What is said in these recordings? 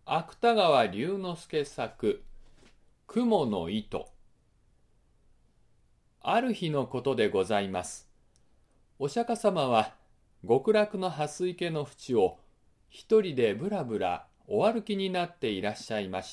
芥川龍之介作雲の糸。ある日のことでございます。お釈迦様は極楽の蓮池の淵を一人でぶらぶらお歩きになっていらっしゃいました。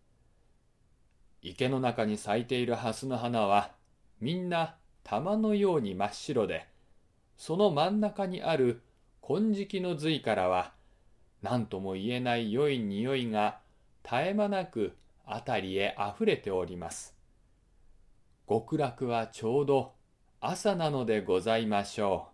池の中に咲いている蓮の花はみんな玉のように真っ白で、その真ん中にある金色の髄からは何とも言えない良い匂いが絶え間なくあたりへあふれております。極楽はちょうど朝なのでございましょ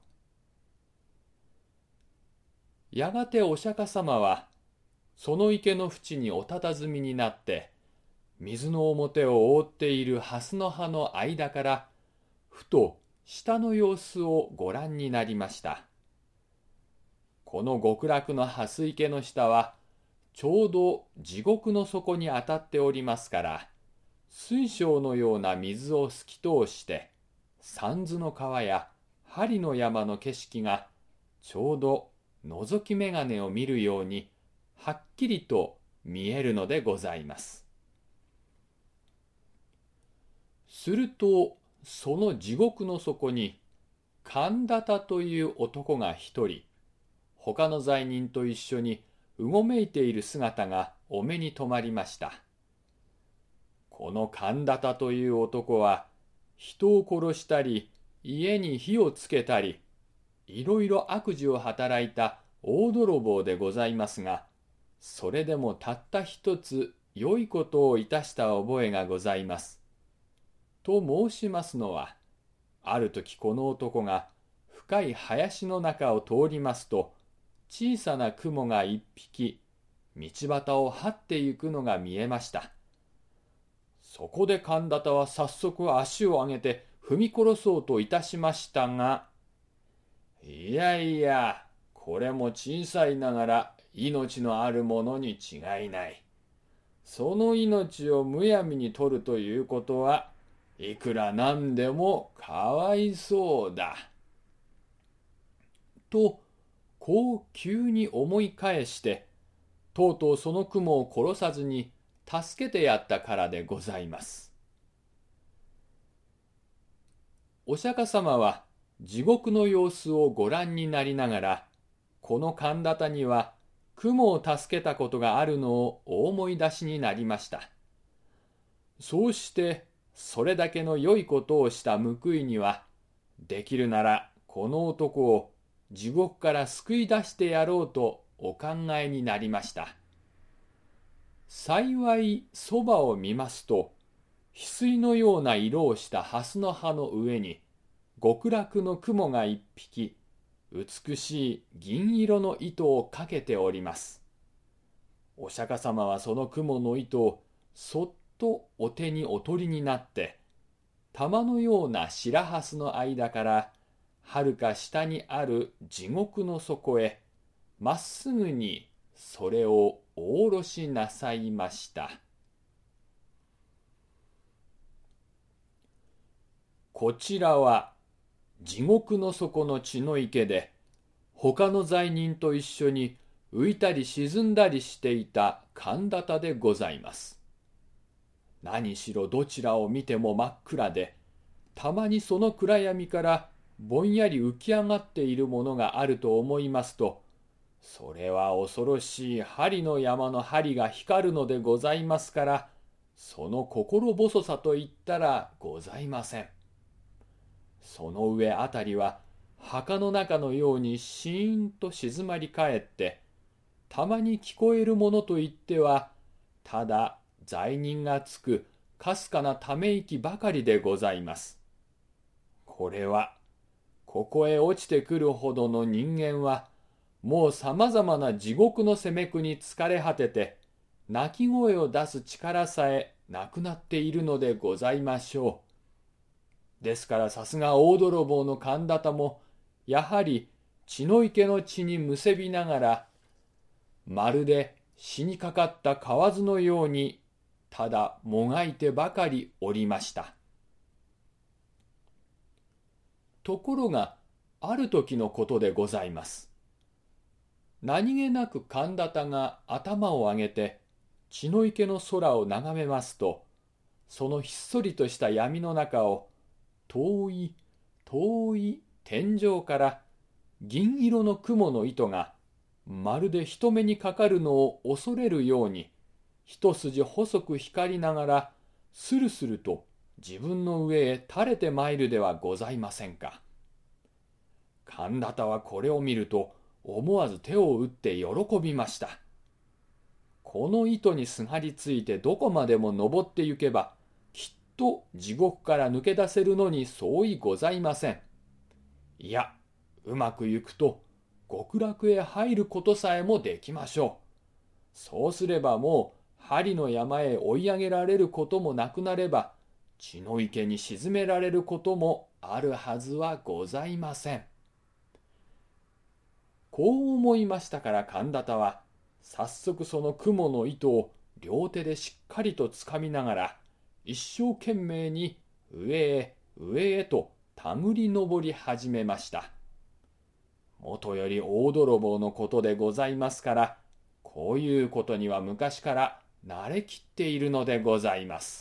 う。やがてお釈迦様はその池の淵にお佇みになって、水の表を覆っている蓮の葉の間からふと下の様子をご覧になりました。この極楽の蓮池の下はちょうど地獄の底に当たっておりますから、水晶のような水を透き通して三途の川や針の山の景色がちょうど覗き眼鏡を見るようにはっきりと見えるのでございます。するとその地獄の底に神田田という男が一人、他の罪人と一緒にうごめいている姿がお目に留まりました。この神田田という男は人を殺したり家に火をつけたり、いろいろ悪事を働いた大泥棒でございますが、それでもたった一つ良いことをいたした覚えがございます。と申しますのは、ある時この男が深い林の中を通りますと、小さな雲が一匹道端を這ってゆくのが見えました。そこで神田田は早速足を上げて踏み殺そうといたしましたが、いやいや、これも小さいながら命のあるものに違いない。その命をむやみに取るということはいくらなんでもかわいそうだ。と、こう急に思い返して、とうとうその雲を殺さずに助けてやったからでございます。お釈迦様は地獄の様子をご覧になりながら、この神田田には雲を助けたことがあるのをお思い出しになりました。そうしてそれだけの良いことをした報いには、できるならこの男を地獄から救い出してやろうとお考えになりました。幸いそばを見ますと、翡翠のような色をした蓮の葉の上に極楽の雲が一匹、美しい銀色の糸をかけております。お釈迦様はその雲の糸をそっとお手にお取りになって、玉のような白蓮の間からはるか下にある地獄の底へまっすぐにそれをお下ろしなさいました。こちらは地獄の底の血の池で、他の罪人と一緒に浮いたり沈んだりしていた神田田でございます。何しろどちらを見ても真っ暗で、たまにその暗闇からぼんやり浮き上がっているものがあると思いますと、それは恐ろしい針の山の針が光るのでございますから、その心細さといったらございません。その上あたりは墓の中のようにシーンと静まり返って、たまに聞こえるものといってはただ罪人がつくかすかなため息ばかりでございます。これはここへ落ちてくるほどの人間はもうさまざまな地獄の責め苦に疲れ果てて、泣き声を出す力さえなくなっているのでございましょう。ですからさすが大泥棒の神田田も、やはり血の池の血にむせびながら、まるで死にかかった蛙のようにただもがいてばかりおりました。ところがある時のことでございます。 何気なく神田田が頭を上げて血の池の空を眺めますと、そのひっそりとした闇の中を遠い遠い天井から銀色の雲の糸がまるで人目にかかるのを恐れるように一筋細く光りながらスルスルと自分の上へ垂れてまいるではございませんか。神田田はこれを見ると思わず手を打って喜びました。この糸にすがりついてどこまでも登ってゆけばきっと地獄から抜け出せるのに相違ございません。いや、うまくゆくと極楽へ入ることさえもできましょう。そうすればもう針の山へ追い上げられることもなくなれば、血の池に沈められることもあるはずはございません。こう思いましたから神田田は早速その雲の糸を両手でしっかりとつかみながら一生懸命に上へ上へと手繰り登り始めました。もとより大泥棒のことでございますから、こういうことには昔から慣れきっているのでございます。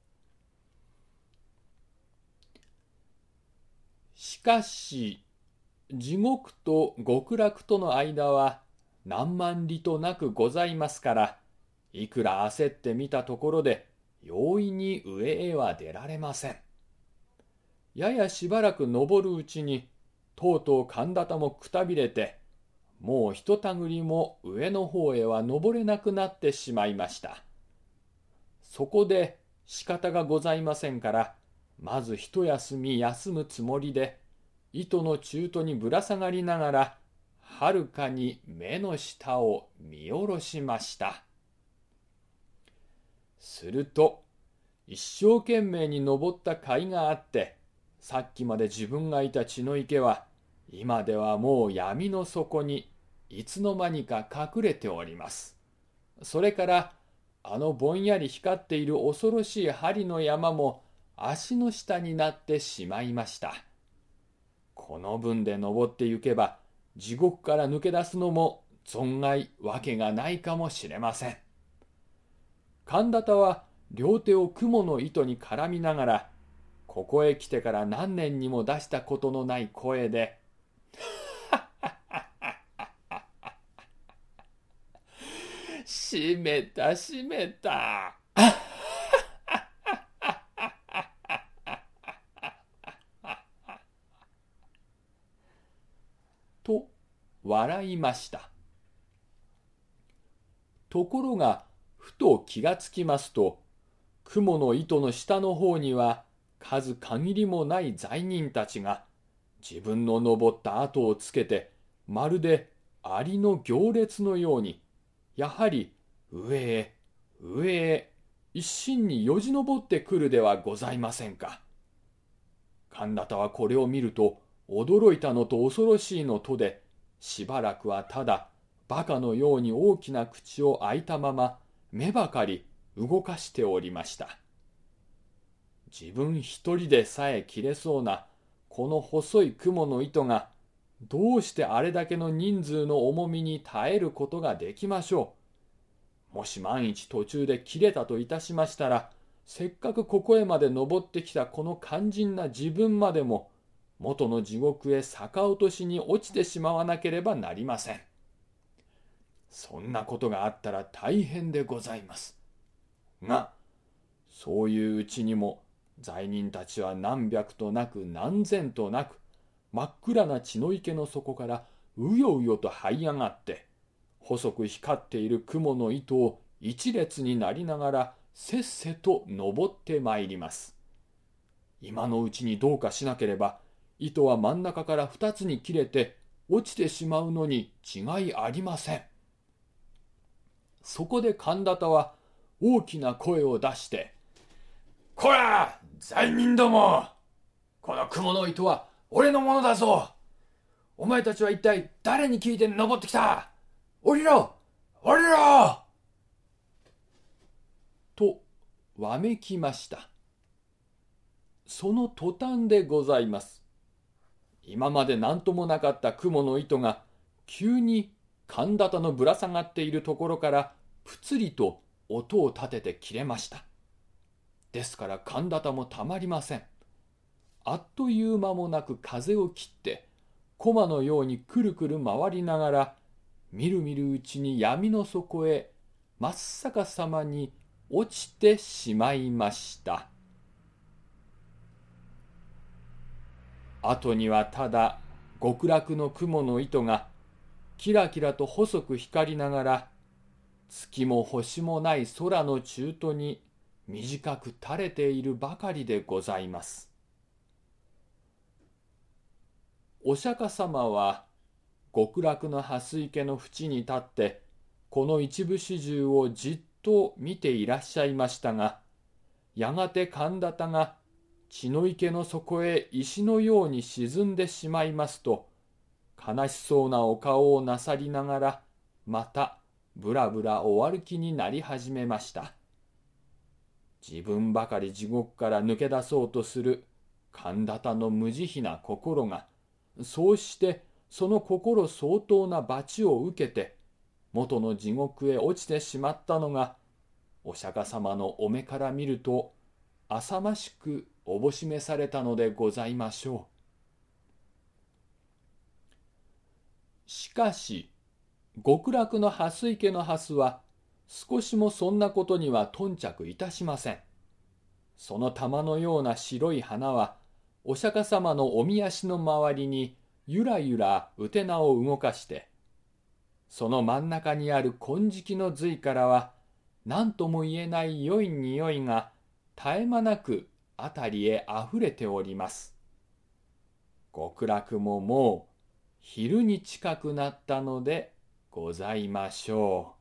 しかし地獄と極楽との間は何万里となくございますから、いくら焦ってみたところで容易に上へは出られません。ややしばらく登るうちにとうとう神田田もくたびれて、もうひとたぐりも上の方へは登れなくなってしまいました。そこで仕方がございませんから、まず一休み休むつもりで糸の中途にぶら下がりながらはるかに目の下を見下ろしました。すると一生懸命に登った甲斐があって、さっきまで自分がいた血の池は今ではもう闇の底にいつの間にか隠れております。それからあのぼんやり光っている恐ろしい針の山も足の下になってしまいました。この分で登ってゆけば地獄から抜け出すのも存外わけがないかもしれません。神田田は両手を雲の糸に絡みながら、ここへ来てから何年にも出したことのない声でしめたしめたと笑いました。ところがふと気がつきますと、雲の糸の下の方には数限りもない罪人たちが自分の登った跡をつけて、まるでアリの行列のようにやはり上へ上へ一心によじ登ってくるではございませんか。神田田はこれを見ると驚いたのと恐ろしいのとで、しばらくはただバカのように大きな口を開いたまま目ばかり動かしておりました。自分一人でさえ切れそうなこの細い雲の糸がどうしてあれだけの人数の重みに耐えることができましょう。もし万一途中で切れたといたしましたら、せっかくここへまで登ってきたこの肝心な自分までも元の地獄へ逆落としに落ちてしまわなければなりません。そんなことがあったら大変でございます。が、そういううちにも罪人たちは何百となく何千となく真っ暗な血の池の底からうようよと這い上がって、細く光っている雲の糸を一列になりながらせっせと登ってまいります。今のうちにどうかしなければ糸は真ん中から二つに切れて落ちてしまうのに違いありません。そこで神田田は大きな声を出して、こら罪人ども、この雲の糸は俺のものだぞ。お前たちは一体誰に聞いて登ってきた。降りろ降りろとわめきました。その途端でございます。今まで何ともなかった雲の糸が急に神田田のぶら下がっているところからぷつりと音を立てて切れました。ですから神田田もたまりません。あっという間もなく風を切って、駒のようにくるくる回りながら、みるみるうちに闇の底へ真っ逆さまに落ちてしまいました。後にはただ極楽の雲の糸がキラキラと細く光りながら、月も星もない空の中途に短く垂れているばかりでございます。お釈迦様は極楽の蓮池の淵に立ってこの一部始終をじっと見ていらっしゃいましたが、やがて神田田が血の池の底へ石のように沈んでしまいますと、悲しそうなお顔をなさりながらまたぶらぶらお歩きになり始めました。自分ばかり地獄から抜け出そうとする神田田の無慈悲な心が、そうしてその心相当な罰を受けて元の地獄へ落ちてしまったのが、お釈迦様のお目から見ると浅ましくおぼしめされたのでございましょう。しかし極楽の蓮池の蓮は少しもそんなことには頓着いたしません。その玉のような白い花はお釈迦様のおみ足の周りにゆらゆらうてなを動かして、その真ん中にある金色の髄からは何とも言えない良い匂いが絶え間なくあたりへあふれております。極楽ももう昼に近くなったのでございましょう。